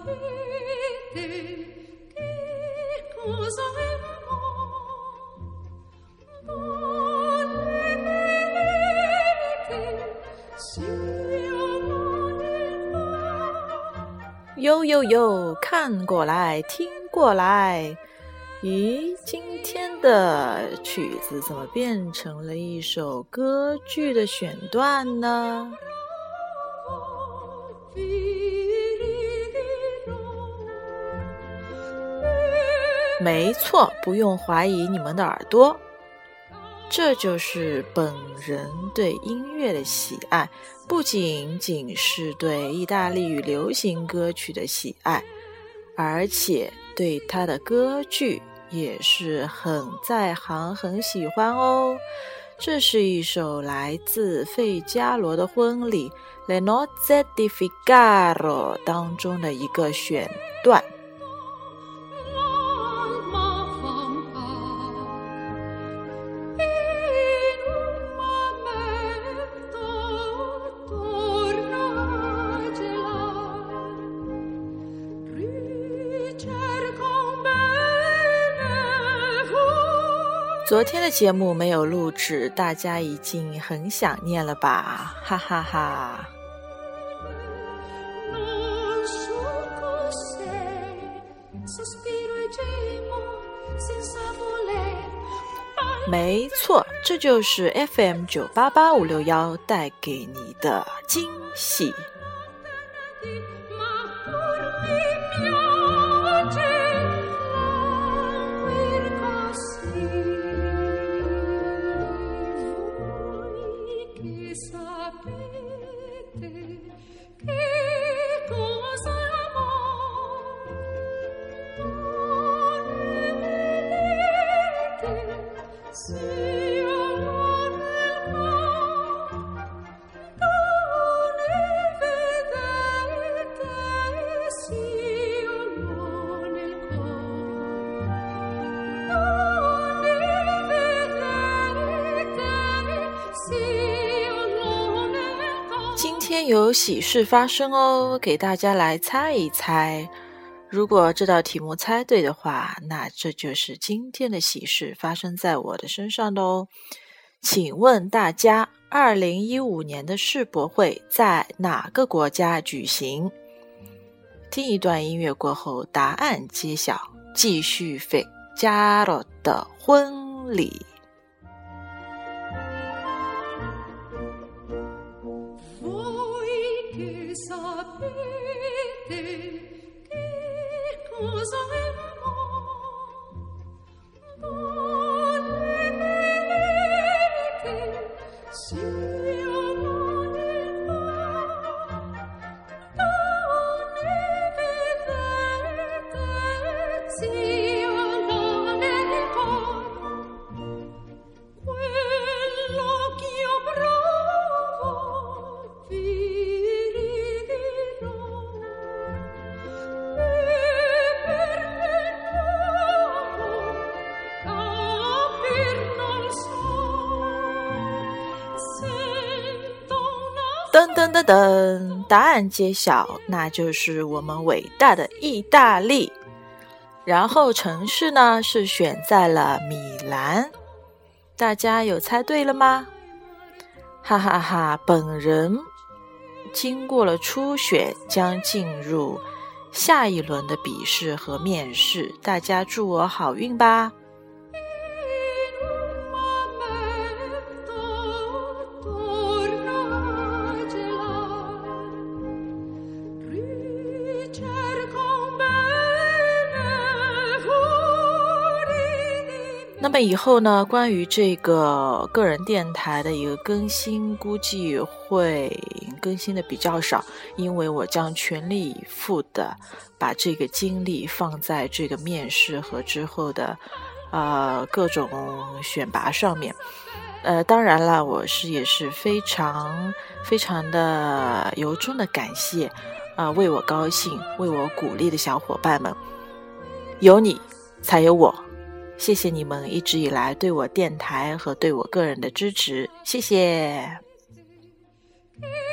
呦呦呦，看过来，听过来。咦，今天的曲子怎么变成了一首歌剧的选段呢？没错，不用怀疑你们的耳朵，这就是本人对音乐的喜爱，不仅仅是对意大利语流行歌曲的喜爱，而且对他的歌剧也是很在行很喜欢哦。这是一首来自费加罗的婚礼 Le nozze di Figaro 当中的一个选段。昨天的节目没有录制，大家已经很想念了吧，哈哈哈。没错，这就是 FM988561 带给你的惊喜。今天有喜事发生哦，给大家来猜一猜。如果这道题目猜对的话，那这就是今天的喜事发生在我的身上的哦。请问大家，2015年的世博会在哪个国家举行？听一段音乐过后，答案揭晓。继续费加罗的婚礼。噔噔噔噔，答案揭晓，那就是我们伟大的意大利。然后城市呢是选在了米兰，大家有猜对了吗？哈哈哈，本人经过了初选，将进入下一轮的笔试和面试，大家祝我好运吧。那么以后呢，关于这个个人电台的一个更新，估计会更新的比较少，因为我将全力以赴的把这个精力放在这个面试和之后的各种选拔上面。当然了，我也是非常非常的由衷的感谢为我高兴为我鼓励的小伙伴们，有你才有我，谢谢你们一直以来对我电台和对我个人的支持，谢谢。